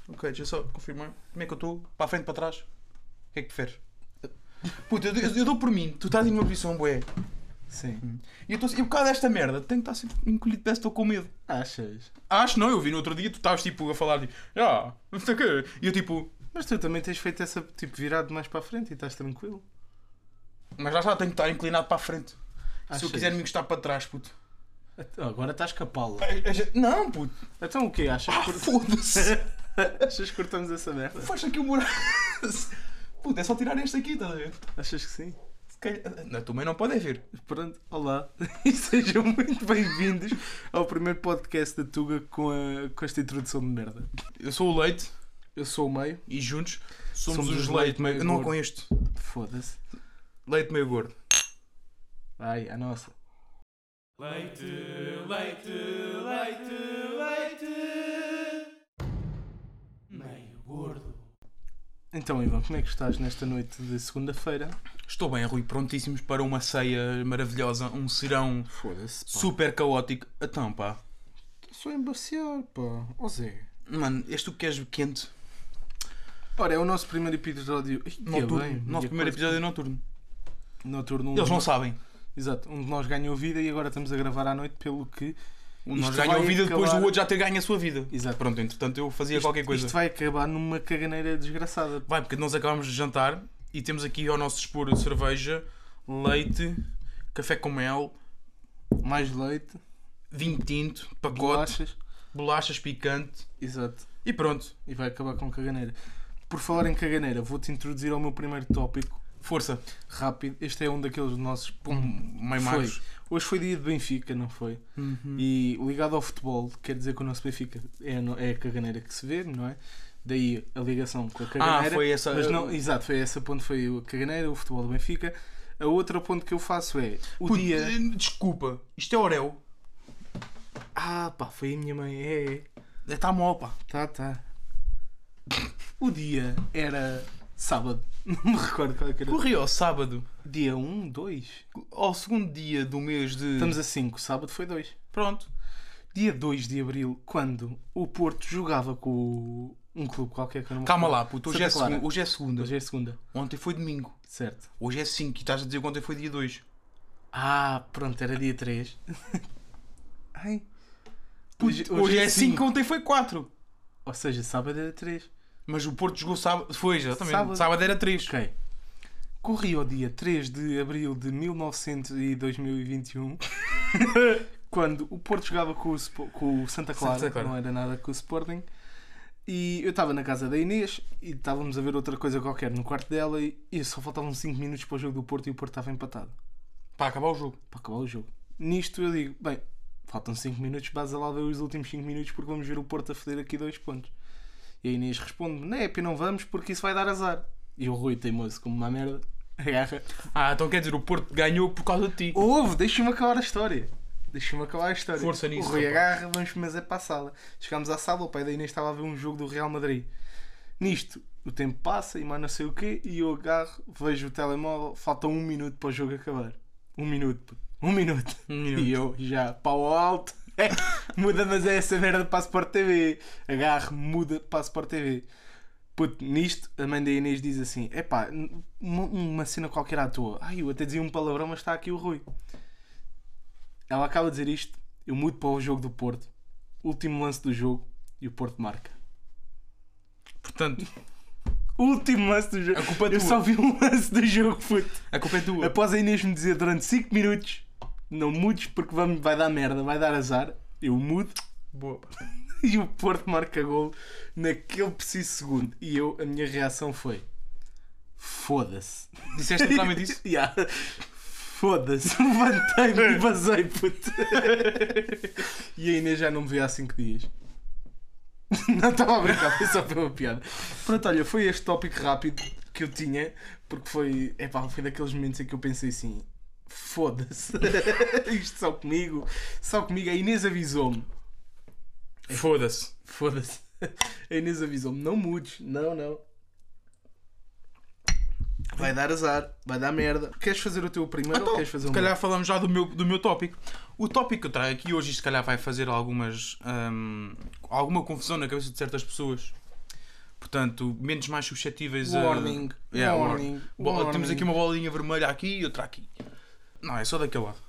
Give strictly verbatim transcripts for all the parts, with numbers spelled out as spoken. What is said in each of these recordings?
Ok, deixa só confirmar. Como é que eu estou? Para a frente, para trás? O que é que preferes? Puta, eu, eu, eu dou por mim. Tu estás em uma posição bué. Sim. E eu estou assim, por causa desta merda, tenho que estar sempre encolhido, parece que estou com medo. Achas? Acho não, eu vi no outro dia, tu estavas tipo a falar tipo, ah, não sei o quê. E eu tipo, Mas tu também tens feito essa, tipo, virado mais para a frente e estás tranquilo. mas já está, tenho que estar inclinado para a frente. Achas? Se eu quiser me encostar para trás, puto. Agora estás com a pala. Não, puto. Então o quê? Achas Ah, que... foda-se. Achas que cortamos essa merda? Faz aqui o buraco. Puto, é só tirar este aqui, estás a ver? Achas que sim? Se calhar... Não, tua mãe não pode é ver. Pronto, olá e sejam muito bem-vindos ao primeiro podcast da Tuga com, a, com esta introdução de merda. Eu sou o Leite Eu sou o Meio. e juntos somos, Somos os os Leite Leite meio... meio Não gordo. com este. Foda-se. Leite meio gordo. Ai, a nossa. Leite, leite, leite, leite. Meio gordo. Então, Ivan, como é que estás nesta noite de segunda-feira? Estou bem, Rui, prontíssimos para uma ceia maravilhosa, um serão Foda-se, pá. super caótico. Então, pá. Só embaciar, pá. Ó Zé. Mano, és tu que queres quente? Ora, é o nosso primeiro episódio. Ih, que Noturno. bem, Nosso ia primeiro quase- episódio é noturno. Noturno. um Eles de não nós- sabem. Exato, um de nós ganhou vida e agora estamos a gravar à noite, pelo que Um Isto nós ganham a vai vida depois acabar- do outro já ter ganho a sua vida. Exato. Pronto, entretanto eu fazia isto, qualquer coisa. isto vai acabar numa caganeira desgraçada. Vai, porque nós acabamos de jantar e temos aqui ao nosso dispor cerveja, leite, café com mel, Mais leite, vinho tinto, pacote, bolachas, bolachas. picante Exato. e pronto. E vai acabar com caganeira. Por falar em caganeira, vou-te introduzir ao meu primeiro tópico. Força. Rápido. Este é um daqueles nossos... Um, meio Foi. magos. Hoje foi dia de Benfica, não foi? Uhum. E ligado ao futebol, quer dizer que o nosso Benfica é, no- é a caganeira que se vê, não é? Daí a ligação com a caganeira. Ah, foi essa. Mas não, exato, foi essa ponto, foi a caganeira, o futebol do Benfica. A outra ponto que eu faço é o Puto, dia... Desculpa, isto é Orel. Ah, pá, foi a minha mãe, é, é. Está mal, pá. Tá, tá. O dia era sábado, não me recordo qual é que era. Corri ao sábado, Dia um, dois. ao segundo dia do mês de. Estamos a cinco, sábado foi dois. Pronto. Dia dois de abril, quando o Porto jogava com o- um clube qualquer que eu não me Calma recordo. lá, puto. Hoje Santa é, Clara. segunda, hoje é segunda. Hoje é segunda, Ontem foi domingo. certo. Hoje é cinco e estás a dizer que ontem foi dia dois. Ah, pronto, era dia três. Ai. Hoje, hoje é cinco, cinco. ontem foi quatro. Ou seja, sábado era três. Mas o Porto jogou sábado. Foi, exatamente. Sábado. Sábado, era três. Ok. Corri ao dia três de abril de mil e novecentos e dois mil e vinte e um quando o Porto jogava com o, Spo- com o Santa Clara, Santa Clara. não era nada com o Sporting, e eu estava na casa da Inês e estávamos a ver outra coisa qualquer no quarto dela e, e só faltavam cinco minutos para o jogo do Porto e o Porto estava empatado Para acabar o jogo. para acabar o jogo. Nisto eu digo, bem, faltam cinco minutos, basta lá ver os últimos cinco minutos porque vamos ver o Porto a foder aqui dois pontos. E a Inês responde, não é, P, não vamos porque isso vai dar azar. E o Rui teimoso como uma merda agarra. Ah, então quer dizer, o Porto ganhou por causa de ti. Ouve, deixa-me acabar a história. Deixa-me acabar a história. Força nisso, O Rui rapaz. agarra, vamos mas é para a sala. Chegámos à sala, o pai da Inês estava a ver um jogo do Real Madrid. Nisto, o tempo passa e mais não sei o quê, e eu agarro, vejo o telemóvel, falta um minuto para o jogo acabar. Um minuto, puto. Um minuto. Um minuto. E eu já, pau ao alto, muda, mas é essa merda para a Sport T V. Agarro, muda para a Sport T V. Puto, nisto, a mãe da Inês diz assim: epá, uma, uma cena qualquer à toa. Ai, eu até dizia um palavrão, mas está aqui o Rui. Ela acaba de dizer isto, eu mudo para o jogo do Porto. Último lance do jogo e o Porto marca. Portanto, Último lance do jogo. A culpa é eu tua. só vi um lance do jogo, puto. a culpa é tua. Após a Inês me dizer durante cinco minutos: não mudes porque vamos, vai dar merda, vai dar azar. Eu mudo. Boa. E o Porto marca gol naquele preciso segundo. E eu, a minha reação foi: foda-se. Disseste literalmente isso? Yeah. Foda-se. Levantei-me e basei, puto. E a Inês já não me vê há cinco dias. Não estava a brincar, foi só pela piada. Pronto, olha, foi este tópico rápido que eu tinha, porque foi, epá, foi daqueles momentos em que eu pensei assim: foda-se. Isto só comigo, só comigo. A Inês avisou-me. Foda-se. Foda-se. A Inês avisou-me: não mudes, não, não. Vai dar azar, vai dar merda. Queres fazer o teu primeiro Então, ou queres fazer se o calhar meu? falamos já do meu, do meu tópico. O tópico que eu trago aqui hoje, se calhar vai fazer algumas hum, alguma confusão na cabeça de certas pessoas. Portanto, menos mais suscetíveis a... Warning, Yeah, warning, Bo- warning. Temos aqui uma bolinha vermelha aqui e outra aqui. Não, é só daquele lado.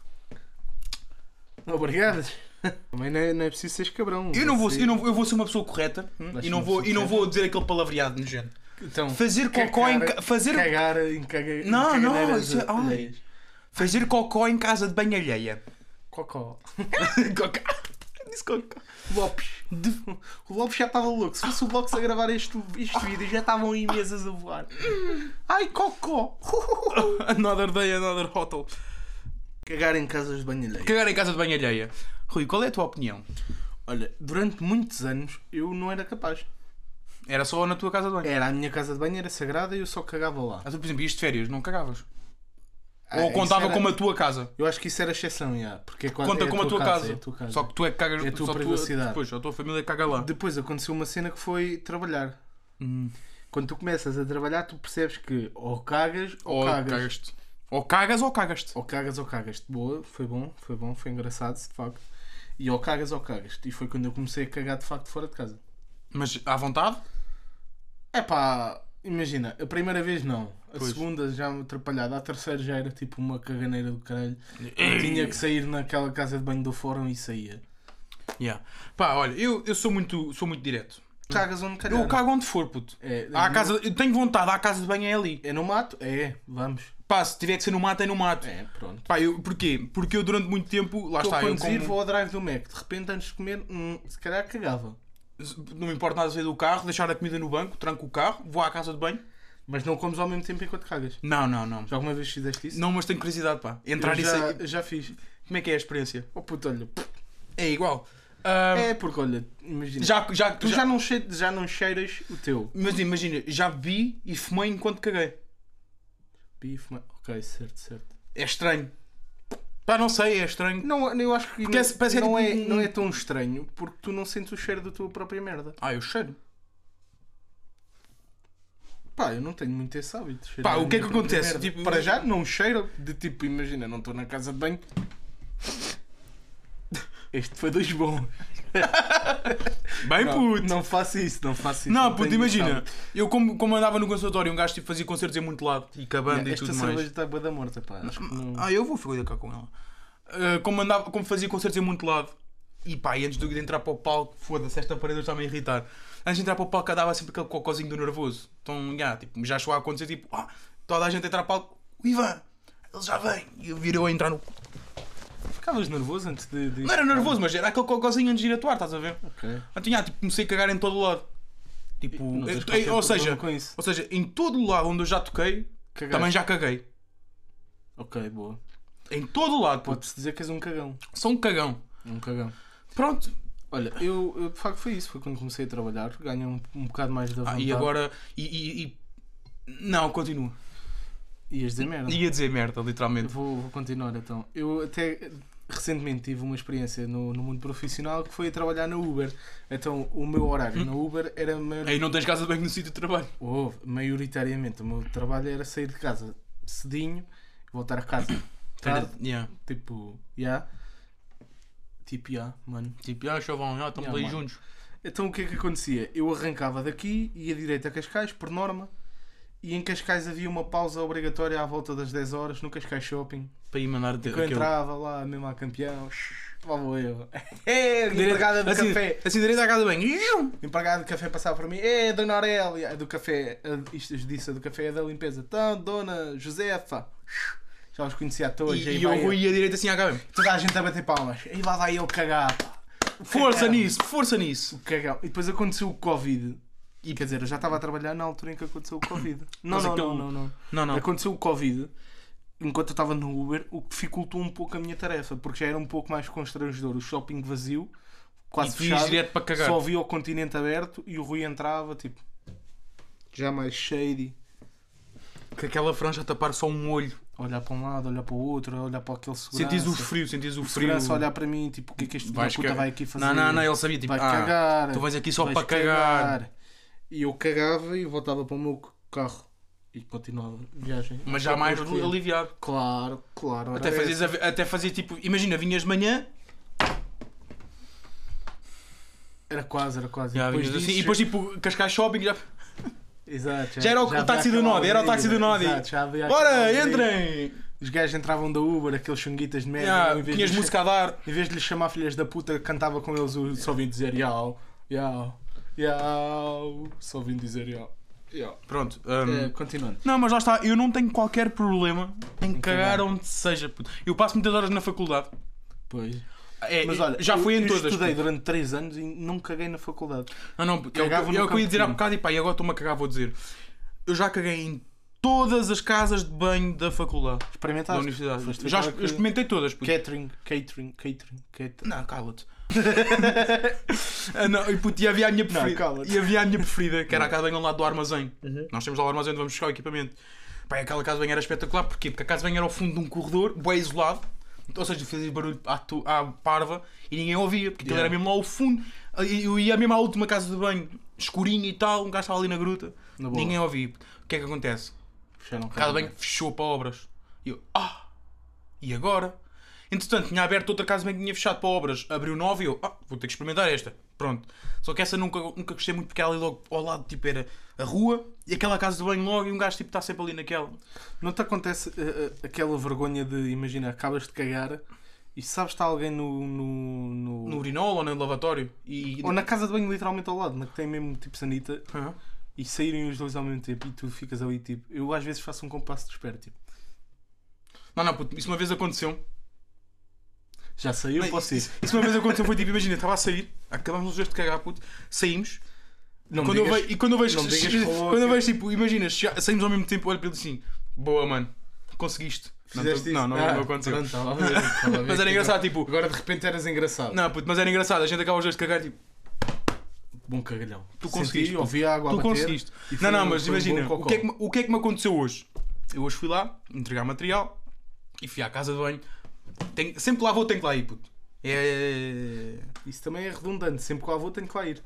Obrigado. Também não é, não é preciso seres cabrão. Eu não vou, Você- eu não, eu vou ser uma pessoa correta hum, Vais e ser não uma vou, pessoa e não correta. vou dizer aquele palavreado nojento. Então, Fazer cocó em cagar- ca- fazer Cagar em caga... Não, em não, cagadeiras isso é- ai. alheias. fazer cocó em casa de banho alheia. Cocó. Cocó. Disse cocó. Lopes. O Lopes já estava louco. Se fosse o Lopes a gravar este, este vídeo, já estavam aí mesas a voar. Ai, cocó. Another day, another hotel. Cagar em casas de banho alheio. Cagar em casa de banho alheia. Rui, qual é a tua opinião? Olha, durante muitos anos eu não era capaz. Era só na tua casa de banho? Era a minha casa de banho, era sagrada e eu só cagava lá. Ah, tu, por exemplo, ias de férias, não cagavas? Ah, Ou isso contava era- como a tua casa? Eu acho que isso era exceção, já. Porque é quase- Conta é como a tua casa. é a tua casa. Só que tu é que cagas... É a tua só privacidade. Depois, a tua família caga lá. Depois aconteceu uma cena que foi trabalhar. Hum. Quando tu começas a trabalhar, tu percebes que ou cagas ou, Ou cagas. cagas-te. Ou cagas ou cagas-te. Ou cagas ou cagas-te. Boa, foi bom, foi bom, foi engraçado, de facto. E ou cagas ou cagas-te. E foi quando eu comecei a cagar de facto fora de casa. Mas à vontade? É pá, imagina, a primeira vez não. A Pois. segunda já me atrapalhada. A terceira já era tipo uma caganeira do caralho. Eu tinha que sair naquela casa de banho do fórum e saía. Yeah. Pá, olha, eu, eu sou, muito, sou muito direto. Cagas onde calhar. Eu cago onde for, puto. É, Há a casa, eu tenho vontade, há a casa de banho é ali. é no mato? É, vamos. Pá, se tiver que ser no mato, é no mato. É, pronto. Pá, eu, porquê? Porque eu durante muito tempo, lá Estou está, a eu conduzir, como, vou ao drive do Mac. De repente, antes de comer, hum, se calhar cagava. não me importa nada sair do carro, deixar a comida no banco, tranco o carro, vou à casa de banho. Mas não comes ao mesmo tempo enquanto cagas. Não, não, não. Já alguma vez fizeste isso? Não, mas tenho curiosidade, pá. Entrar eu nisso já, aí. já fiz. Como é que é a experiência? Oh puto, olha. É igual. Ah, É porque, olha, imagina. já, já, tu já, já, não cheiras, já não cheiras o teu. Mas imagina, já bebi e fumei enquanto caguei. Bife, mas... Ok, certo, certo. É estranho. Pá, não sei, é estranho. Não, eu acho que, Porque não, é- parece que é não, tipo é, um- não é tão estranho porque tu não sentes o cheiro da tua própria merda. Ah, eu cheiro. Pá, eu não tenho muito esse hábito. de Pá, cheirar o que é a que minha própria acontece? merda. Tipo, Para já não cheiro de tipo, imagina, não estou na casa de banho. Este foi dos bons. Bem Não, puto. não faço isso, não faço isso. Não, puto, tenho esse imagina. hábito. Eu como, como andava no conservatório, um gajo tipo, fazia concertos em muito lado. E com a banda e Esta tudo cerveja mais. está boa da morta, pá. Acho que não... Ah, eu vou ficar cá com ela. Ah, como, andava, como fazia concertos em muito lado. E pá, e antes de entrar para o palco, foda-se, esta parede está-me a irritar. Antes de entrar para o palco, dava sempre aquele cocôzinho do nervoso. Então, já, tipo, já chegou a acontecer, tipo, ah, toda a gente a entrar para o palco, o Ivan, ele já vem. E eu virei a entrar no. Ficavas nervoso antes de... de... Não era nervoso, mas era aquele cocôzinho antes de ir atuar, estás a ver? Ok. Então, já, tipo, comecei a cagar em todo o lado. Tipo, Não tens eh, qualquer ou problema seja, com isso. ou seja, em todo o lado onde eu já toquei, Cagaste. também já caguei. Ok, boa. Em todo o lado, pô. Pode-se dizer que és um cagão. Sou um cagão. Um cagão. Pronto. Olha, eu, eu de facto foi isso. Foi quando comecei a trabalhar. Ganhei um, um bocado mais da Ah, vontade. e agora. E, e, e- Não, continua. Ias dizer merda. Ia dizer merda, Eu literalmente. Vou, vou continuar então. Eu até recentemente tive uma experiência no, no mundo profissional que foi a trabalhar na Uber. Então o meu horário na Uber era maior... Aí não tens casa de banho no sítio de trabalho. oh, maioritariamente. O meu trabalho era sair de casa cedinho e voltar a casa tarde. Yeah. Tipo, já. Tipo, já, mano. Tipo, ah, chavão, já estamos Yeah, aí mano. juntos. Então o que é que acontecia? Eu arrancava daqui, ia direito a Cascais, por norma, e em Cascais havia uma pausa obrigatória à volta das dez horas, no Cascais Shopping. Para ir mandar Que ter eu entrava lá, mesmo a campeão, lá vou eu. É, empregada do assim, café. Assim, direito à casa de banho. Empregada do café passava para mim, é, Dona Aurélia, é do café, a- isto disse, a do café é da limpeza. Então, Dona Josefa, já os conhecia a todos. E, aí e eu vai vou ele. ia direito assim à casa. Toda a gente a bater palmas, e lá vai ele cagar, pá. O Força cagão. nisso, força nisso. O cagão. E depois aconteceu o Covid. E quer dizer, eu já estava a trabalhar na altura em que aconteceu o Covid. Não, Mas não, aquele- não, não, não. Não, não. Aconteceu o Covid enquanto eu estava no Uber, o que dificultou um pouco a minha tarefa, porque já era um pouco mais constrangedor. O shopping vazio, quase E tu ias fechado, direto para cagar. só via o continente aberto e o Rui entrava, tipo, já mais shady. Com aquela franja a tapar só um olho. Olhar para um lado, olhar para o outro, olhar para aquele segurança. Sentis o frio, sentis o O frio. segurança olhar para mim, tipo, o que é que este Vais puta cagar. vai aqui fazer? Não, não, não, ele sabia, tipo, vai ah, cagar. tu vais aqui só vais para cagar. E eu cagava e voltava para o meu carro e continuava a viagem. Mas já mais Porque- aliviado. Claro, claro. Até fazias, a- até fazias tipo, imagina, vinhas de manhã, Era quase, era quase. já, e depois vinhas assim, disso, e depois tipo, Cascais Shopping, já... Exato, Já era o- o havia táxi do aquela Nodi, era o táxi do Nodi. Exato, já havia aquela Bora, aldeia. entrem! Os gajos entravam da Uber, aqueles chunguitas de merda. Yeah, em vez tinhas de lhes- música a dar. Em vez de lhes chamar filhas da puta, cantava com eles, o- só vim dizer yau, yau, yau, só vim dizer yau. yau. Pronto. hum, É, continuando. Não, mas lá está, eu não tenho qualquer problema em cagar. cagar onde seja. Puto. Eu passo muitas horas na faculdade. Pois. É, Mas olha, já fui eu, em eu todas. estudei puto. durante três anos e não caguei na faculdade. Não, não, puto, é o que Cagava eu, no é o que eu ia campo dizer há fino. bocado e pá, e agora estou-me a cagar, vou dizer. Eu já caguei em todas as casas de banho da faculdade, da Experimentaste? universidade. Foste ver Já qual é eu que- experimentei todas. Puto. Catering, catering, catering, catering. Não, cala-te. Ah, não, e, puto, e havia a minha Não, preferida. cala-te. E havia a minha preferida, que era a casa de banho ao lado do armazém. Nós temos lá o armazém onde vamos buscar o equipamento. Pá, e aquela casa de banho era espetacular, porquê? Porque a casa de banho era ao fundo de um corredor, bem isolado, ou seja, fazia barulho à, tu- à parva e ninguém ouvia, porque aquilo Yeah. era mesmo lá ao fundo. Eu ia mesmo à última casa de banho, escurinha e tal, um gajo estava ali na gruta, Na boa. ninguém ouvia. O que é que acontece? Fecharam A casa de banho fechou para obras. E eu, ah, e agora? Entretanto, tinha aberto outra casa de banho que tinha fechado para obras. Abriu nova e eu, ah, vou ter que experimentar esta. Pronto. Só que essa nunca, nunca gostei muito porque ela ali logo ao lado, tipo, era a rua e aquela casa de banho logo e um gajo, tipo, está sempre ali naquela. Não te acontece uh, uh, aquela vergonha de, imagina, acabas de cagar e sabes que está alguém no, no, no- No urinol ou no lavatório. E... ou na casa de banho literalmente ao lado, na que tem mesmo tipo sanita, Hã? e saírem os dois ao mesmo tempo e tu ficas ali tipo, eu às vezes faço um compasso de espera, tipo, Não, não, puto, isso uma vez aconteceu. já saiu, Não, posso ir. isso, isso uma vez aconteceu, foi tipo, imagina, estava a sair, acabamos os dois de cagar, puto, saímos. Não quando digas- eu vejo, e quando eu vejo, não digas que rolou quando eu aquilo. vejo tipo, imagina, já- saímos ao mesmo tempo, olho para ele assim, boa mano, conseguiste. Não, Fizeste tô- isso? não, não, Ah, não aconteceu. pronto, estava a ver, estava a ver Mas era que engraçado, tipo, Agora de repente eras engraçado. não, puto, mas era engraçado, a gente acaba os dois de cagar, tipo, Bom cagalhão. Tu Senti, conseguiste, puto. ouvi a água a tu bater conseguiste. e foi Não, não, um- mas foi um imagina, bom o que, é que, cocó. me- o que é que me aconteceu hoje? Eu hoje fui lá, entregar material e fui à casa de banho. Tenho- sempre lá vou, tenho que lá ir, puto. É. Isso também é redundante, sempre que lá vou tenho que lá ir.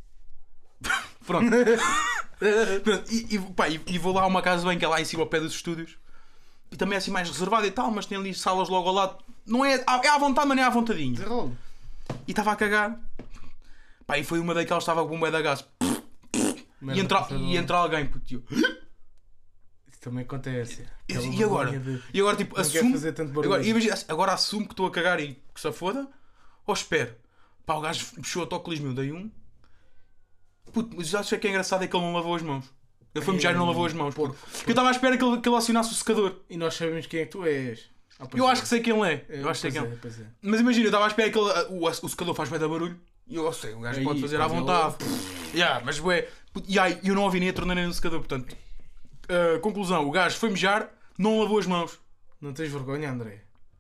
Pronto. Pronto, e, e, pá, e, e vou lá a uma casa de banho que é lá em cima ao pé dos estúdios. E também é assim mais reservada e tal, mas tem ali salas logo ao lado. Não é, é à vontade, mas nem é à vontadinho. Desenrolo. E estava a cagar. Pá, e foi uma daquelas que estava com um bué da gás. E entra, e entra alguém, puto. e eu, Isso também acontece. E, Aquela e agora? vergonha de- E agora, tipo, Não quer assumo. fazer tanto barulho. Agora, imagina, agora assumo que estou a cagar e que se foda. Ou espero. Pá, o gajo puxou o autocolismo, eu dei um. Puto, mas acho que é engraçado é que ele não lavou as mãos. Ele foi mijar e não lavou as mãos. Porque eu estava à espera que ele, que ele acionasse o secador. E nós sabemos quem é que tu és. Ah, pois Eu é. acho que sei quem ele é. É, Eu acho que sei pois quem ele é, pois é. Mas imagina, eu estava à espera que ele, o, o secador faz bem da barulho. E eu sei, o gajo Aí, pode fazer à pois é, vontade. Yeah, mas ué, puto, e aí, eu não ouvi nem a torneira no secador. Portanto, ah, conclusão: o gajo foi mijar, não lavou as mãos. Não tens vergonha, André?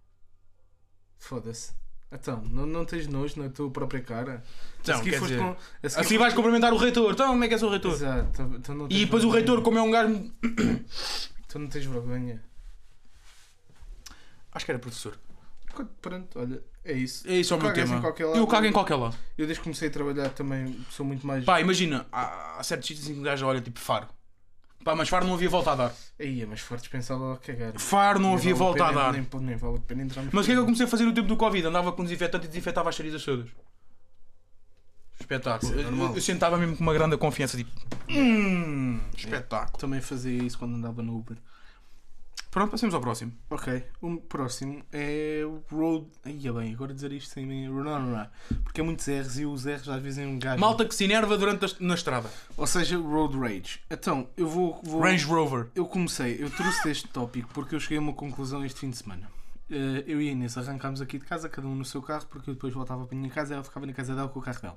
Foda-se. Então, não, não tens nojo na tua própria cara? Então, A seguir quer foste dizer, com- a seguir Assim vais cumprimentar o reitor. Então, como é que é o reitor? Exato. Então não tens E depois o vergonha. reitor, como é um gajo. Tu não tens vergonha. Acho que era professor. Pronto, olha, é isso. É isso o meu Cagas tema. em qualquer lado. Eu cago em qualquer lado. Eu desde que comecei a trabalhar também sou muito mais... Pá, imagina, há, há certos sítios em que o gajo olha tipo Faro. Pá, mas Faro não havia volta a dar. Aí, mas fortes pensava a cagar. Faro não Nem havia vale volta a pena- dar. Nem, nem vale a pena entrar no Mas o que é que eu comecei a fazer no tempo do Covid? Andava com desinfetante e desinfetava as saídas todas. Espetáculo. Isso é Eu, normal. eu, eu sentava mesmo com uma grande confiança, tipo. Hum, espetáculo. Também fazia isso quando andava no Uber. Pronto, passemos ao próximo. Ok, o próximo é o Road... Ia bem, agora dizer isto sem... Não, não, não. Porque é muitos R's e os R's às vezes é um gajo... Malta que se enerva durante a, na estrada. Ou seja, Road Rage. Então, eu vou... vou... Range Rover. Eu comecei, eu trouxe este tópico porque eu cheguei a uma conclusão este fim de semana. Eh, eu e a Inês arrancámos aqui de casa, cada um no seu carro, porque eu depois voltava para a minha casa e ela ficava na casa dela com o carro dela.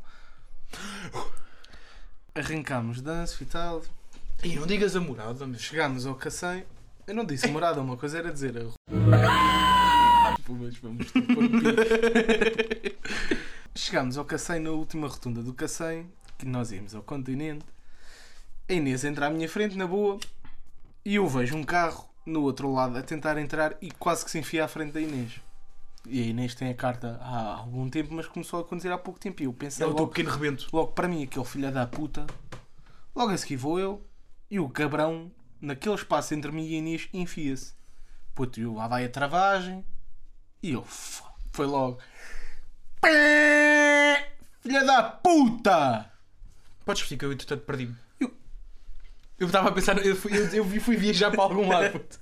Arrancámos dança e tal. E não digas a morada, mas. Chegámos ao Cacém. Eu não disse morada, uma coisa era dizer. a- Pô, mas vamos ter que pôr um pi. Chegámos ao Cacém na última rotunda do Cacém, que nós íamos ao continente. A Inês entra à minha frente, na boa, e eu vejo um carro no outro lado a tentar entrar e quase que se enfia à frente da Inês. E a Inês tem a carta há algum tempo, mas começou a conduzir há pouco tempo. E eu pensei É o teu logo, pequeno rebento. logo para mim, aquele filho da puta. Logo a seguir vou eu e o cabrão, naquele espaço entre mim e a Inês, enfia-se. Puto, eu lá vai a travagem e eu, f- foi logo. Pé! Filha da puta! Podes explicar, eu entretanto perdi-me. Eu estava a pensar, eu fui, eu, eu fui- fui viajar para algum lado. puto.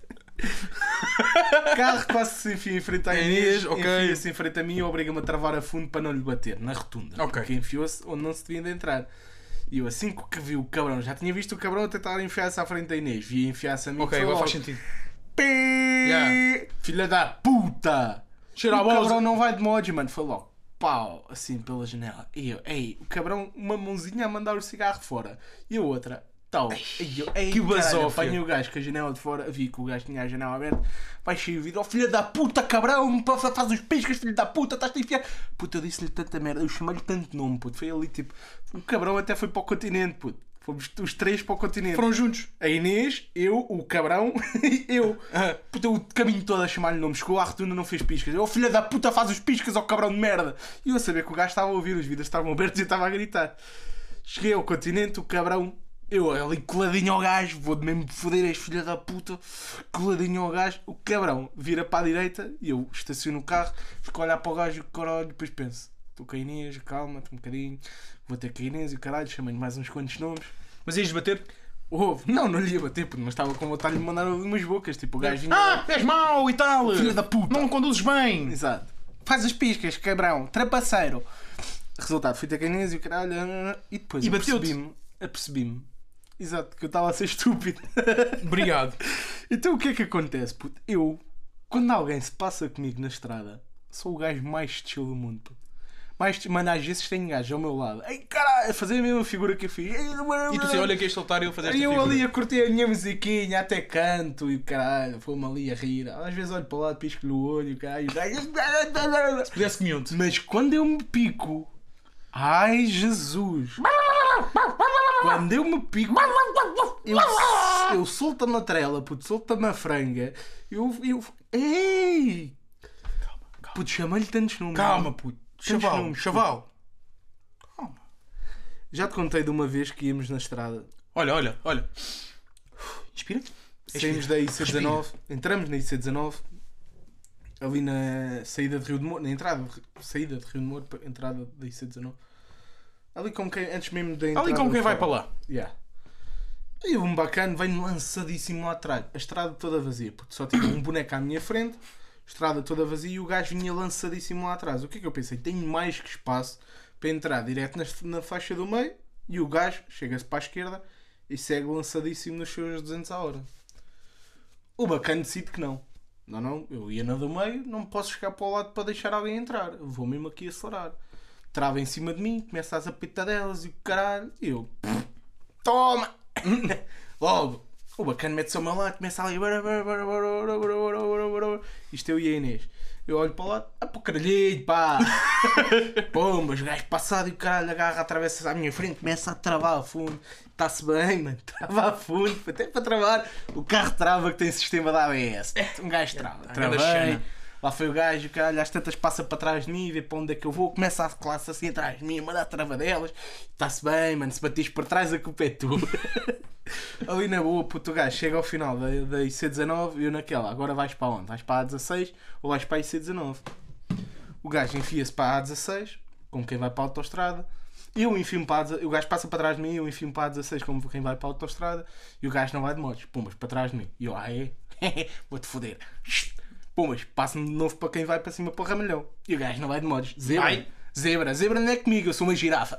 Carro passa-se enfia em frente à É Inês, Inês, ok. enfia-se em frente a mim e obriga-me a travar a fundo para não lhe bater, na rotunda. Ok. Porque enfiou-se onde não se devia de entrar. E eu assim que vi o cabrão, já tinha visto o cabrão a tentar enfiar-se à frente da Inês, vi enfiar-se a mim. Ok, foi agora logo, faz sentido. Pi! Yeah. Filha da puta! Cheira E a o bola. cabrão não vai de mod, mano. Foi logo, pau, assim pela janela. E eu, ei, o cabrão, uma mãozinha a mandar o cigarro fora. E a outra, tal. Ei, eu, ei, Que caralho, basófia. apanhei o gajo com a janela de fora. Vi que o gajo tinha a janela aberta. Vai cheio o vidro. Oh, filha da puta, cabrão. pá, Faz os piscas, filha da puta. Estás-te a enfiar. Puta, eu disse-lhe tanta merda. Eu chamei-lhe tanto nome, puto. Foi ali, tipo... O cabrão até foi para o continente, puto. Fomos os três para o continente. Foram juntos. A Inês, eu, o cabrão e eu. Ah. Puta, o caminho todo a chamar-lhe nome. Chegou à rotunda, não fez piscas. Eu, filha da puta, faz os piscas, ó cabrão de merda. E eu a saber que o gajo estava a ouvir, os vidros estavam abertos e eu estava a gritar. Cheguei ao continente, o cabrão, eu ali coladinho ao gajo, vou de mesmo foder este filha da puta, coladinho ao gajo. O cabrão vira para a direita e eu estaciono o carro, fico a olhar para o gajo e o caralho, depois penso. Estou com a Inês, calma-te um bocadinho, vou ter com a Inês e o caralho, chamei-lhe mais uns quantos nomes. Mas ias bater? Houve. Não, não lhe ia bater, puto, mas estava com vontade de lhe mandar umas bocas. Tipo, o gajo vinha. Ah, és mau e tal. Filha da puta. Não conduzes bem. Exato. Faz as piscas, cabrão. Trapaceiro. Resultado, fui ter canês e o caralho. E depois E bateu-te. apercebi-me. Apercebi-me. Exato, que eu estava a ser estúpido. Obrigado. Então o que é que acontece, puto? Eu, quando alguém se passa comigo na estrada, sou o gajo mais chill do mundo, puto. Mais, mano, às vezes tenho gajos ao meu lado. Ei, caralho, a fazer a mesma figura que eu fiz. E tu sei, olha que este otário a fazer esta E eu figura. ali a curtir a minha musiquinha, até canto e caralho, fui-me ali a rir. Às vezes olho para o lado, pisco-lhe o olho e caralho. Se pudesse comiam-te. Mas quando eu me pico, ai Jesus! Quando eu me pico, eu, eu solto-me a trela, puto, solto-me a franga. Eu. eu ei! Puto, chamei-lhe tantos nomes. Calma, puto. Tantos Chaval, nomes, chaval. Já te contei de uma vez que íamos na estrada. Olha, olha, olha. Inspira. Saímos da I C dezanove, entramos na I C dezanove, ali na saída de Rio de Moro, na entrada, de, saída de Rio de Moro, entrada da I C dezanove. Ali como quem, antes mesmo da entrada. Ali como quem vai para fora. lá. Yeah. E um bacana vem lançadíssimo lá atrás, a estrada toda vazia, porque só tinha um boneco à minha frente, estrada toda vazia e o gajo vinha lançadíssimo lá atrás. O que é que eu pensei? Tenho mais que espaço para entrar direto na, na faixa do meio e o gajo chega-se para a esquerda e segue lançadíssimo nos seus duzentos a hora. O bacana decide que não. Não, não, eu ia na do meio, não posso chegar para o lado para deixar alguém entrar. Eu vou mesmo aqui acelerar. Trava em cima de mim, começa as apitadelas e o caralho. E eu, toma! Logo, o bacana mete-se ao meu lado, começa ali. Isto eu e a Inês. Eu olho para o lado, ah, pô, caralhinho, pá! Pô, mas o gajo passado e o caralho agarra, atravessa à minha frente, começa a travar a fundo. Está-se bem, mano, trava a fundo, até para travar. O carro trava que tem sistema da A B S. Um gajo trava, grande travei. cena. Lá foi o gajo, o caralho, às tantas passa para trás de mim, vê para onde é que eu vou, começa a classe assim atrás de mim, a mandar travadelas. Está-se bem, mano, se bates por trás a culpa é tua. Ali na boa, puto, o gajo chega ao final da, da I C dezanove e eu naquela, agora vais para onde? Vais para a dezasseis ou vais para a I C dezanove? O gajo enfia-se para a dezasseis, como quem vai para a autostrada. Eu enfio-me para a dezasseis, o gajo passa para trás de mim, eu enfio-me para a dezasseis como quem vai para a autostrada e o gajo não vai de motos, pumas, para trás de mim. E eu, ah é? Vou-te foder. Pumas, passa-me de novo para quem vai para cima para o ramalhão. E o gajo não vai de motos. Zebra. Ai. Zebra. Zebra não é comigo, eu sou uma girafa.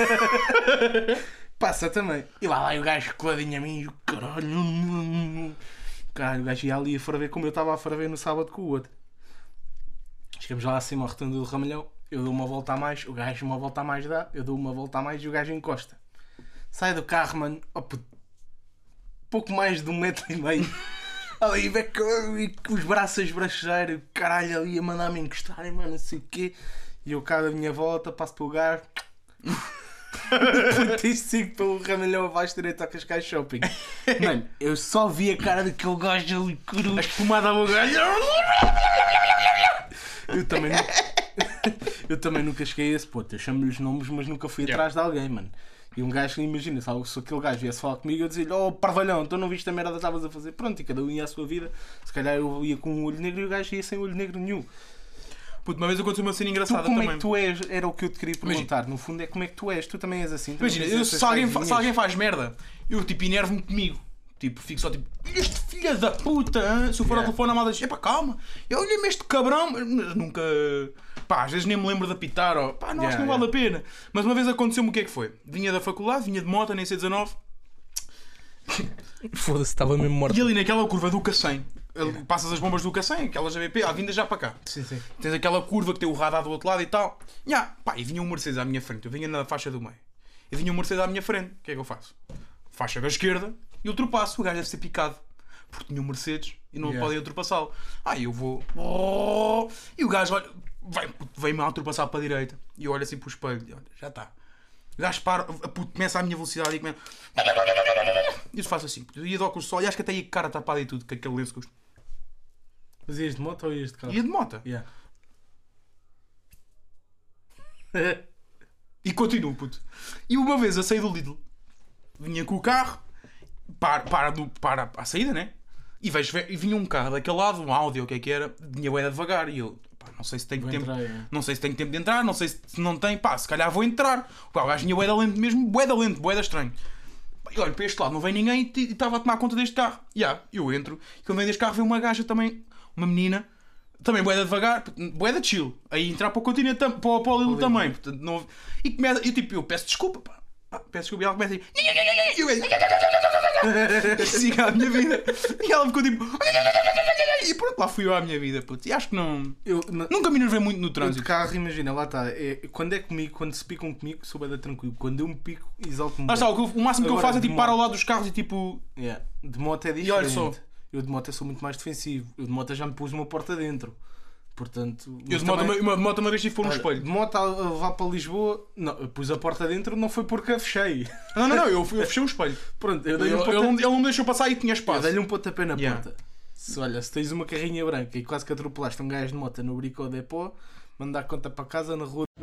Passa também. E lá vai o gajo coladinho a mim. Caralho. Caralho, o gajo ia ali a ferver como eu estava a ferver no sábado com o outro. Chegamos lá acima ao retorno do ramalhão. Eu dou uma volta a mais. O gajo uma volta a mais dá. Eu dou uma volta a mais e o gajo encosta. Sai do carro, mano. Oh, puto. Pouco mais de um metro e meio. Ali, com os braços a esbracejar. Caralho, ali a mandar-me encostar. Mano, não sei o quê. E eu cá da minha volta, passo pelo gajo. Puto, e sigo pelo ramalhão abaixo direito a Cascais Shopping. Mano, eu só vi a cara daquele gajo ali cru. A espumada ao gajo. Eu também não... Eu também nunca cheguei a esse ponto. Eu chamo-lhe os nomes, mas nunca fui Yeah. atrás de alguém, mano. E um gajo, imagina, se aquele gajo viesse falar comigo, eu dizia-lhe: oh, parvalhão, tu não viste a merda que estavas a fazer? Pronto, e cada um ia à sua vida. Se calhar eu ia com um olho negro e o gajo ia sem olho negro nenhum. Puto, uma vez aconteceu uma cena Tu, engraçada como também. é que tu és? Era o que eu te queria Imagina. perguntar. No fundo, é como é que tu és. Tu também és assim. também Imagina, tens eu, essas se, alguém, fa- raivinhas. se alguém faz merda, eu tipo enervo-me comigo. Tipo, fico só tipo, este filho da puta, hã? Se eu for ao Yeah. telefone a malta diz, epá, calma, eu olhei-me este cabrão, mas nunca, pá, às vezes nem me lembro de apitar, ou pá, não, acho que não Yeah, vale a pena. Mas uma vez aconteceu-me o que é que foi? Vinha da faculdade, vinha de moto, nem sei dezanove, Foda-se, estava mesmo morto. e ali naquela curva do Cacém, passas as bombas do Cacém, aquelas A B P, à vinda já para cá. Sim, sim. Tens aquela curva que tem o radar do outro lado e tal. Yeah, pá, e vinha um Mercedes à minha frente, eu vinha na faixa do meio. E vinha um Mercedes à minha frente, o que é que eu faço? Faixa da esquerda e ultrapasso, o gajo deve ser picado. Porque tinha um Mercedes e não Yeah. podem ultrapassá-lo. Ah, eu vou. Oh! E o gajo olha, vai, vem-me a ultrapassar para a direita. E eu olho assim para o espelho e olha, já está. O gajo para, puto, começa a minha velocidade e começa. E eu faço assim, eu ia de óculos de sol e acho que até ia com a cara tapada e tudo, com aquele lenço que eu. Mas ias de moto ou ias de carro? Ia de moto. Yeah. E continuo, puto. E uma vez a sair do Lidl, vinha com o carro, para, para, do, para à saída, né? E, vejo, e vinha um carro daquele lado, um Audi ou o que é que era, vinha bué devagar. E eu, pá, não sei se tenho Vou tempo, entrar, é. não sei se tenho tempo de entrar, não sei se, se não tem, pá, se calhar vou entrar. Pá, o gajo vinha bué da lento mesmo, bué da lento, bué da estranho. E olho para este lado, não vem ninguém e estava a tomar conta deste carro. E yeah, eu entro, e quando vem deste carro vem uma gaja também, uma menina, também bué da devagar, bué da chill. Aí entrar para o continente, tam- para, o- para o Lidl também. Portanto, não, e começa, eu tipo, eu peço desculpa, pá. Pá, peço desculpa e ela começa a ir. E eu eu sigo a minha vida. E ela ficou tipo. E pronto, lá fui eu à minha vida, puto. E acho que não. Eu, na- Nunca me enervei muito no eu de trânsito. carro, imagina, lá está. É, quando é comigo, quando se picam comigo, sou bem da tranquilo. Quando eu me pico, exalto-me. Lá bué. está, o, que eu- o máximo que eu Agora, faço é de tipo parar ao moto. lado dos carros e tipo. Yeah. De moto é diferente. E olha só. Eu de moto sou muito mais defensivo. Eu de moto já me pus uma porta dentro. Portanto. Eu mas de moto, também- uma, uma, moto uma vez tive por um Olha, espelho. de moto a a levar para Lisboa, não, eu pus a porta dentro, não foi porque a fechei. Não, não, não, eu, fui- eu fechei um espelho. Pronto, eu Ele, dei-lhe um ele, pontapé, não, ele não me deixou passar e tinha eu espaço. dei-lhe um pontapé na Yeah. porta. Se, olha, se tens uma carrinha branca e quase que atropelaste um gajo de moto no Brico Depot, mandar conta para casa na rua.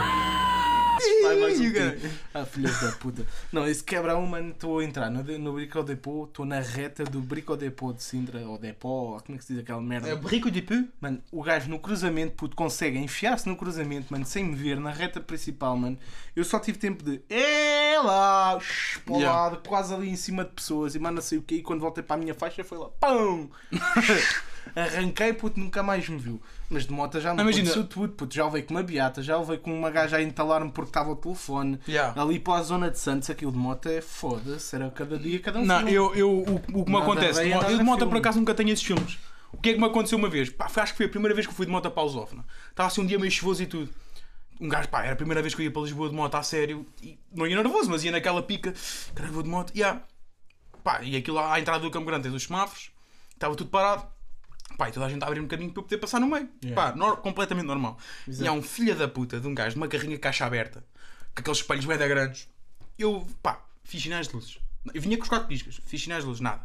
Vai mais um Ih, tiro. cara. Ah, filhas da puta. Não, esse quebra um, mano, estou a entrar no, no Brico Depot, estou na reta do Brico Depot de Sintra, ou Depot, ou como é que se diz aquela merda? É Brico de Pu. Mano, o gajo no cruzamento, puto, consegue enfiar-se no cruzamento, mano, sem me ver, na reta principal, mano. Eu só tive tempo de. É lá! shh, Para o Yeah. lado, quase ali em cima de pessoas, e mano, não sei o quê. E quando voltei para a minha faixa, foi lá. Pão! Arranquei, puto, nunca mais me viu. Mas de moto já me Imagina- aconteceu tudo, puto. Já levei com uma beata, já levei com uma gaja a entalar-me porque estava o telefone. Yeah. Ali para a zona de Santos, aquilo de moto é foda-se. Era cada dia, cada um. Não, filme. eu, eu, o, o que me Nada acontece, bem, de moto- nada eu de moto filme. por acaso nunca tenho esses filmes. O que é que me aconteceu uma vez? Pá, foi- acho que foi a primeira vez que eu fui de moto para a Lusófona. Estava assim um dia meio chuvoso e tudo. Um gajo, pá, era a primeira vez que eu ia para Lisboa de moto a sério. E não ia nervoso, mas ia naquela pica. Caralho, vou de moto. E yeah. Pá, e aquilo lá à entrada do Campo Grande tens os semáforos. Estava tudo parado. Pá, e toda a gente a abrir um bocadinho para eu poder passar no meio. Yeah. Pá, nor- completamente normal. Exato. E há um filho da puta de um gajo de uma carrinha caixa aberta. Com aqueles espelhos bem da grandes. Eu, pá, fiz sinais de luzes. Eu vinha com os quatro piscas. Fiz sinais de luzes, nada.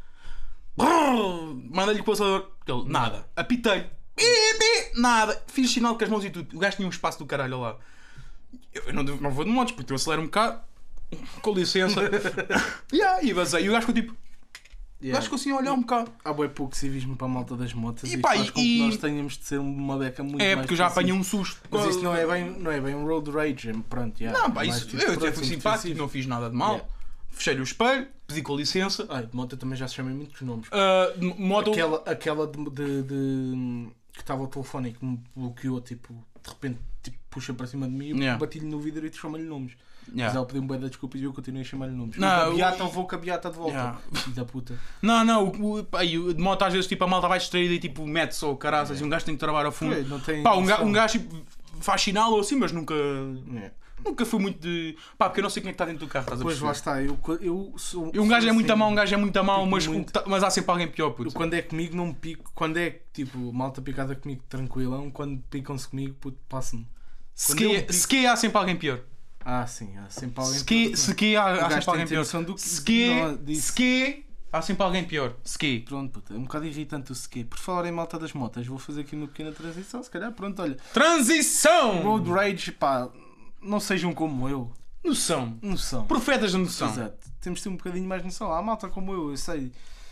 Brrr, Mandei-lhe com o acelerador. Ele, nada. Apitei. Bi, bi, Nada. Fiz sinal com as mãos e tudo. O gajo tinha um espaço do caralho lá. Eu, eu não, não vou de motos, porque eu acelero um bocado. Com licença. yeah, e vazei. E o gajo ficou tipo. O Yeah. gajo ficou assim a olhar um bocado. Há bué pouco civismo para a malta das motas E e, pá, faz com e- que nós tenhamos de ser uma beca muito É, mais porque eu já defensiva. apanhei um susto. Mas isso não é bem, não é bem um road rage, é- pronto, yeah, Não, pá, mais isso, tipo, eu até pronto, fui muito simpático, defensivo. não fiz nada de mal. Yeah. Fechei-lhe o espelho, pedi com licença. Ai, de moto eu também já se chamei muitos nomes. Ah, m- moto. Aquela, aquela de, de- de- que estava o telefone e que me bloqueou, tipo, de repente tipo, puxa para cima de mim, eu Yeah. bati-lhe no vidro e chamei-lhe nomes. Yeah. Mas ela pediu-me bem da desculpa e eu continuei a chamar-lhe nomes. Não, Não, a eu- beata, eu vou com a beata de volta. Yeah. Filho da puta. Não, não, o, o, pá, e o- de moto às vezes tipo, a malta vai distraída e tipo mete só o caraças e um gajo tem que trabalhar a fundo. É, não tem Pá, um, ga, noção. um gajo tipo, faz sinal ou assim, mas nunca. É. Nunca fui muito de. Pá, porque eu não sei como é que está dentro do carro, estás a Pois lá perceber? está, eu, eu sou. E um gajo sou é muito a assim. mal, um gajo é muito a mal, Pico mas, muito. tá- mas há sempre alguém pior, puto. Eu, quando é comigo não me pico, quando é tipo malta picada comigo tranquilão, quando picam-se comigo, puto, passa-me. Se quando eu que, me pico- se que há sempre alguém pior. Ah, sim, há sempre alguém. Se que, pior. se que há, O há gajo sempre tem alguém de ter pior. noção do que- Se que, não, disso. se que há sempre alguém pior. Se que. Pronto, puta, é um bocado irritante o sequer. Por falar em malta das motas, vou fazer aqui uma pequena transição, se calhar, pronto, olha. Transição! Road rage, pá, não sejam como eu. Noção. Noção. Profetas da noção. Exato. Temos de ter um bocadinho mais noção. Há malta como eu, eu sei.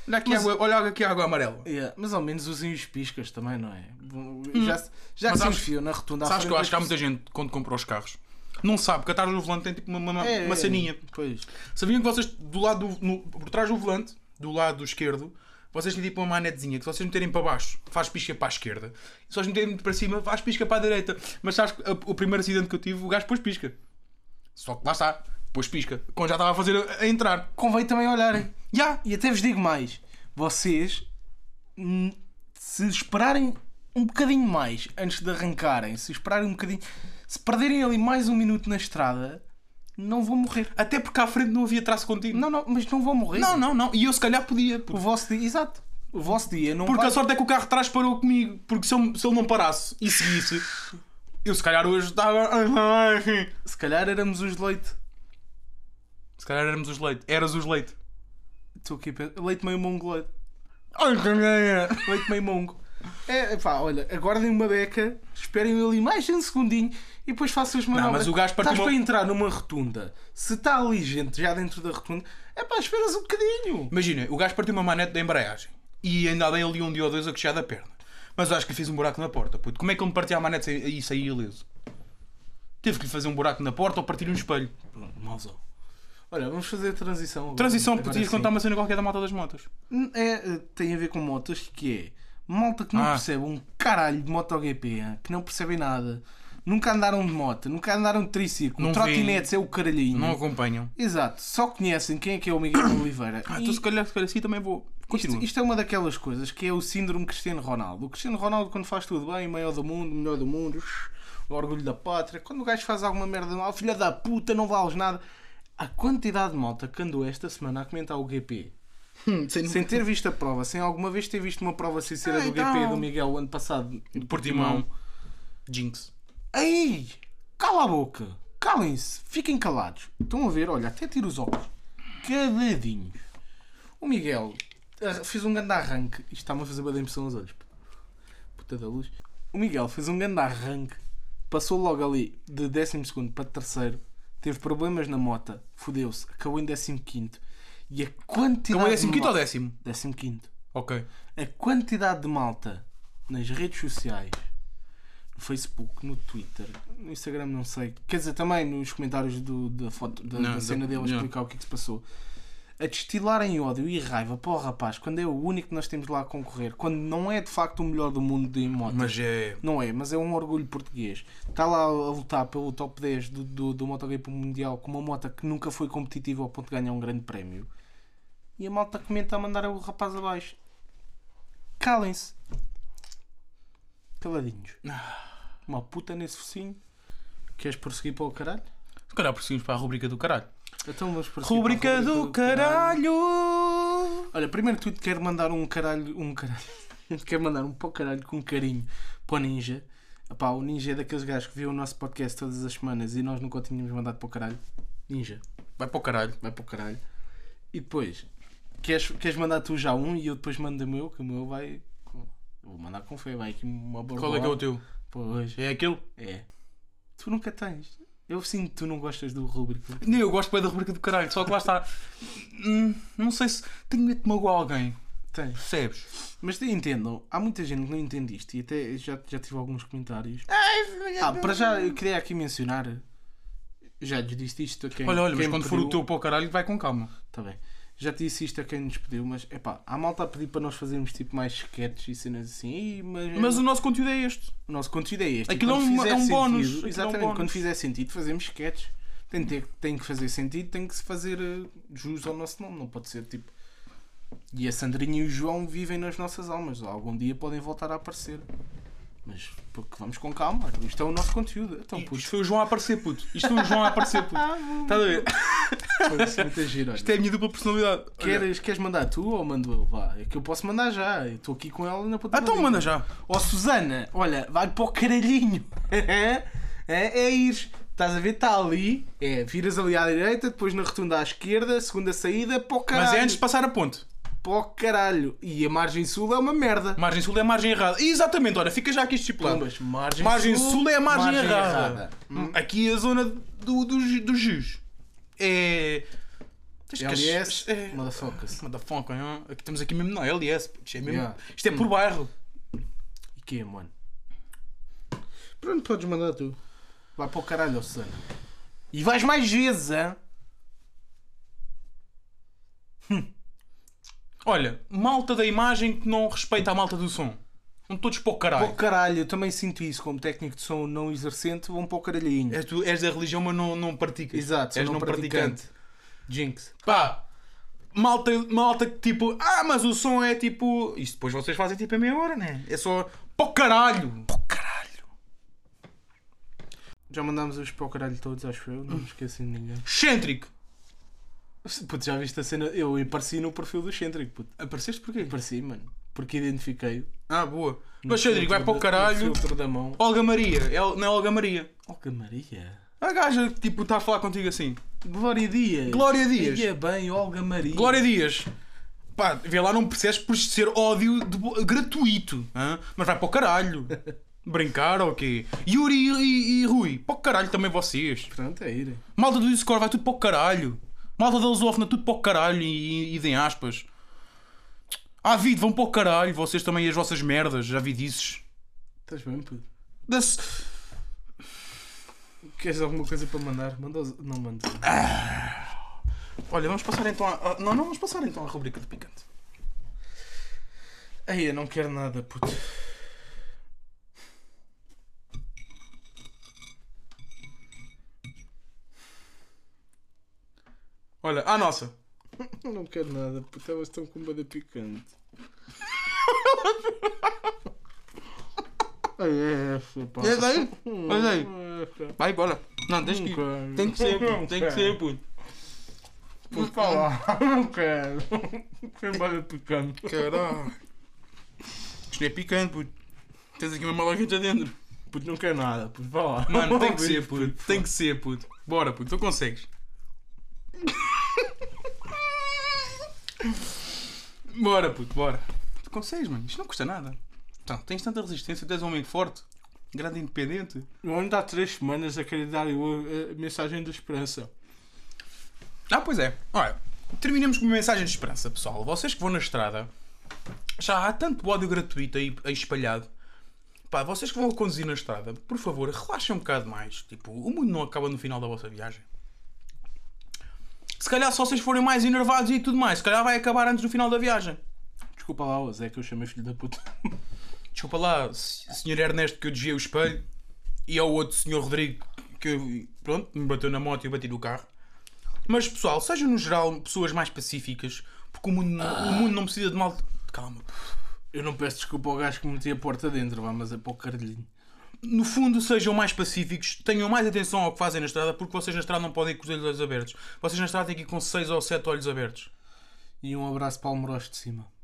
Olha aqui, Mas- água, olha aqui a água amarela. Yeah, mas ao menos usem os piscas também, não é? Já, já Mas que se acho- enfiou na rotunda à Sabes que eu frente, acho que há muita gente, quando compra os carros, não sabe que atrás do volante tem tipo uma, uma, É, uma é, ceninha. Pois. Sabiam que vocês, do lado do, no- por trás do volante, do lado esquerdo, vocês têm tipo uma manetezinha que se vocês meterem para baixo, faz pisca para a esquerda. E se vocês meterem para cima, faz pisca para a direita. Mas sabes que a- o primeiro acidente que eu tive, o gajo pôs pisca. Só que lá está, pôs pisca. Quando já estava a fazer a, a entrar. Convém também olharem. Já! E até vos digo mais. Vocês, hum, se esperarem um bocadinho mais antes de arrancarem, se esperarem um bocadinho, se perderem ali mais um minuto na estrada, não vão morrer. Até porque à frente não havia traço contínuo. Não, não, mas não vão morrer. Não, não, não. E eu se calhar podia. O Porque, vosso dia, exato. O vosso dia não porque vai... a sorte é que o carro de trás parou comigo. Porque se ele, se ele não parasse e seguisse, eu se calhar hoje estava. Se calhar éramos os de leite. Se calhar éramos os leite. Eras os leite. Estou aqui a pensar. Leite meio mongo, leite. Ai, é. Leite meio mongo. É, pá, olha, aguardem uma beca, esperem ali mais um segundinho e depois façam as manobras. mas o gajo partiu Estás uma- para entrar numa rotunda, se está ali gente já dentro da rotunda, é pá, esperas um bocadinho. Imagina, o gajo partiu uma manete da embreagem e ainda dei ali um dia ou dois a coxear da perna. Mas eu acho que lhe fiz um buraco na porta. Puto. Como é que ele me partia a manete e saía ileso? Teve que lhe fazer um buraco na porta ou partir um espelho. Pronto, mauzão. Olha, vamos fazer a transição agora. Transição, Agora podias sim. contar uma cena qualquer da moto das motos. É, tem a ver com motas, que é malta que não Ah. percebe um caralho de MotoGP, hein, que não percebem nada, nunca andaram de moto, nunca andaram de triciclo, Não trotinetes é o caralhinho. Não acompanham. Exato, só conhecem quem é que é o Miguel Oliveira. Ah, E então se calhar, se calhar assim também vou. Continua. isto, isto é uma daquelas coisas que é o síndrome Cristiano Ronaldo. O Cristiano Ronaldo, quando faz tudo bem, maior do mundo, melhor do mundo, ush, o orgulho da pátria. Quando o gajo faz alguma merda mal, filha da puta, não vales nada. A quantidade de malta que andou esta semana a comentar o G P, sem, sem ter visto a prova, sem alguma vez ter visto uma prova sincera Ah, do então. G P do Miguel o ano passado, de Portimão. Jinx. Ei, cala a boca, calem-se, fiquem calados. Estão a ver, olha, até tiro os óculos, caladinhos. O Miguel ah, fez um grande arranque. Isto está-me a fazer bem impressão aos olhos. Puta da luz. O Miguel fez um grande arranque, passou logo ali de décimo segundo para terceiro, teve problemas na mota, fodeu-se, acabou em décimo quinto. E a quantidade Acabou em décimo de quinto ou malta... décimo? décimo quinto. Ok. A quantidade de malta nas redes sociais, no Facebook, no Twitter, no Instagram, não sei, quer dizer, também nos comentários do, da, foto, da, Não, da cena da- dele a não. explicar o que é que se passou, a destilarem ódio e raiva para o rapaz quando é o único que nós temos lá a concorrer, quando não é de facto o melhor do mundo de moto. Mas é. Não é, mas é um orgulho português. Está lá a lutar pelo top dez do, do, do MotoGP Mundial com uma moto que nunca foi competitiva ao ponto de ganhar um grande prémio. E a malta comenta a mandar o rapaz abaixo. Calem-se. Caladinhos. Uma puta nesse focinho. Queres prosseguir para o caralho? Se calhar prosseguimos para a rubrica do caralho. Então vamos prosseguir Rubrica para a do caralho! Olha, primeiro de tudo quero mandar um caralho. Um caralho. Quero mandar um para o caralho com carinho para o Ninja. Epá, o Ninja é daqueles gajos que vê o nosso podcast todas as semanas e nós nunca o tínhamos mandado para o caralho. Ninja, Vai para o caralho. vai para o caralho. E depois, queres, queres mandar tu já um e eu depois mando o meu, que o meu vai. Eu vou mandar com fé, vai aqui uma boa. Qual é que é o teu? Pois, É aquele? é. Tu nunca tens. Eu sinto que tu não gostas do rubrico. Nem eu gosto bem da rubrica do caralho, só que lá está. Hum, não sei se tenho medo de magoar alguém. Tens. Percebes? Mas entendam, há muita gente que não entende isto e até já, já tive alguns comentários. Ah, para já eu queria aqui mencionar. Já lhes disse isto a quem. Olha, olha, quem mas me quando for pediu. o teu para o caralho, vai com calma. Tá bem. Já te disse isto a quem nos pediu, mas é pá, há malta a pedir para nós fazermos tipo mais sketches e cenas assim. Ih, mas Mas o nosso conteúdo é este. o nosso conteúdo é este. E Aquilo é quando um- fizer é um bónus. sentido- Aquilo é um Exatamente, bónus. quando fizer sentido, fazemos sketches. Tem, que ter- tem que fazer sentido, tem que se fazer uh, jus ao nosso nome. Não pode ser tipo. E a Sandrinha e o João vivem nas nossas almas. Algum dia podem voltar a aparecer. Mas porque vamos com calma. Isto é o nosso conteúdo. Então, Isto puto. foi o João a aparecer, puto. Isto foi o João a aparecer, puto. Estás a ver? Foi muito giro. olha. Isto é a minha dupla personalidade. Olha. Queres, queres mandar tu ou mando eu? Vá, é que eu posso mandar já. Eu estou aqui com ela na ponta Ah, da então língua. manda já. Ó Susana, olha, vai para o caralhinho. é, é ir. Estás a ver? Está ali. É, viras ali à direita, depois na rotunda à esquerda, segunda saída, para o caralho. Mas é antes de passar a ponte. Para o caralho. E a margem sul é uma merda. Margem sul é a margem errada. Exatamente, olha, fica já aqui estipulado. Pumbas, margem, Margem sul é a margem, errada. Hum. Aqui a zona do, do, do Jus é Tens L S, que- é, motherfuckers. motherfucker, não? Aqui estamos aqui mesmo, não, L S, putz, isto é mesmo. Yeah. Isto é por bairro. E que é, mano? Pronto, podes mandar tu. Vai para o caralho, ó Susana. E vais mais vezes, hein? Olha, malta da imagem que não respeita a malta do som. Vão todos para o Para caralho. o caralho, eu também sinto isso. Como técnico de som não exercente, vão para o caralhinho. És, tu, és da religião, mas não, não praticas. Exato, sou és não não praticante. Jinx. Pá, malta, malta que tipo, ah, mas o som é tipo. Isto depois vocês fazem tipo a meia hora, né? É só para o caralho. Para o caralho. Já mandámos os para o caralho todos, acho eu. Não me esqueci de ninguém. Excêntrico. Puto, já viste a cena? Eu apareci no perfil do Excêntrico, puto. Apareceste porquê? Apareci, mano. Porque identifiquei-o. Ah, boa. No Mas Cédric, vai filtro para o da- no caralho. filtro da mão. Olga Maria. É, não é Olga Maria. Olga Maria. A gaja que tipo está a falar contigo assim. Glória Dias. Glória Dias. E é bem, Olga Maria. Glória Dias. Pá, vê lá, não percebes por ser ódio de bo- gratuito. Hã? Mas vai para o caralho. Brincar ou quê? Yuri e, e, e Rui. Para o caralho também vocês. Pronto, é irem. Malta do Discord vai tudo para o caralho. Malta da Lusófona tudo para o caralho e, e, e deem aspas. Ah, Vid, vão para o caralho. Vocês também e as vossas merdas. Já vi disses. Estás bem, puto? Das... Queres alguma coisa para mandar? Manda os... Não manda. Olha, vamos passar então a... a- Não, não, vamos passar então à rubrica de picante. Ai, eu não quero nada, puto. Olha, a nossa. Eu não quero nada, puto. Elas estão com um bada picante. Ai, é essa, pá. É daí? Olha aí. É essa. Vai, bora. Não, tens que ir. quero. Tem que ser, puto. Tem que ser, puto. Por falar, não quero. Quero bada picante. Caralho. Isto não é picante, puto. Tens aqui uma malagueta dentro. Puto, não quero nada, puto. Vá lá. Mano, tem que ser, puto. Tem que ser, puto. Bora, puto. Tu consegues. Bora, puto. Bora. Tu consegues, mano. Isto não custa nada. Então, tens tanta resistência. Tu és um homem forte. Grande e independente. Eu ando há três semanas a querer dar eu a, a mensagem da esperança. Ah, pois é. Olha, terminamos com uma mensagem de esperança, pessoal. Vocês que vão na estrada, já há tanto ódio gratuito aí, aí espalhado. Pá, vocês que vão conduzir na estrada, por favor, relaxem um bocado mais. Tipo, o mundo não acaba no final da vossa viagem. Se calhar, se vocês forem mais enervados e tudo mais, se calhar vai acabar antes do final da viagem. Desculpa lá, o Zé, que eu chamei filho da puta. Desculpa lá, senhor Ernesto, que eu desviei o espelho. E ao outro senhor Rodrigo, que eu, pronto, me bateu na moto e eu bati do carro. Mas pessoal, sejam no geral pessoas mais pacíficas, porque o mundo, Ah. o mundo não precisa de mal. Calma. Eu não peço desculpa ao gajo que me metia a porta dentro, vá, mas é para o caralhinho. No fundo, sejam mais pacíficos, tenham mais atenção ao que fazem na estrada, porque vocês na estrada não podem ir com os olhos abertos. Vocês na estrada têm que ir com seis ou sete olhos abertos. E um abraço para o Almoroz de cima.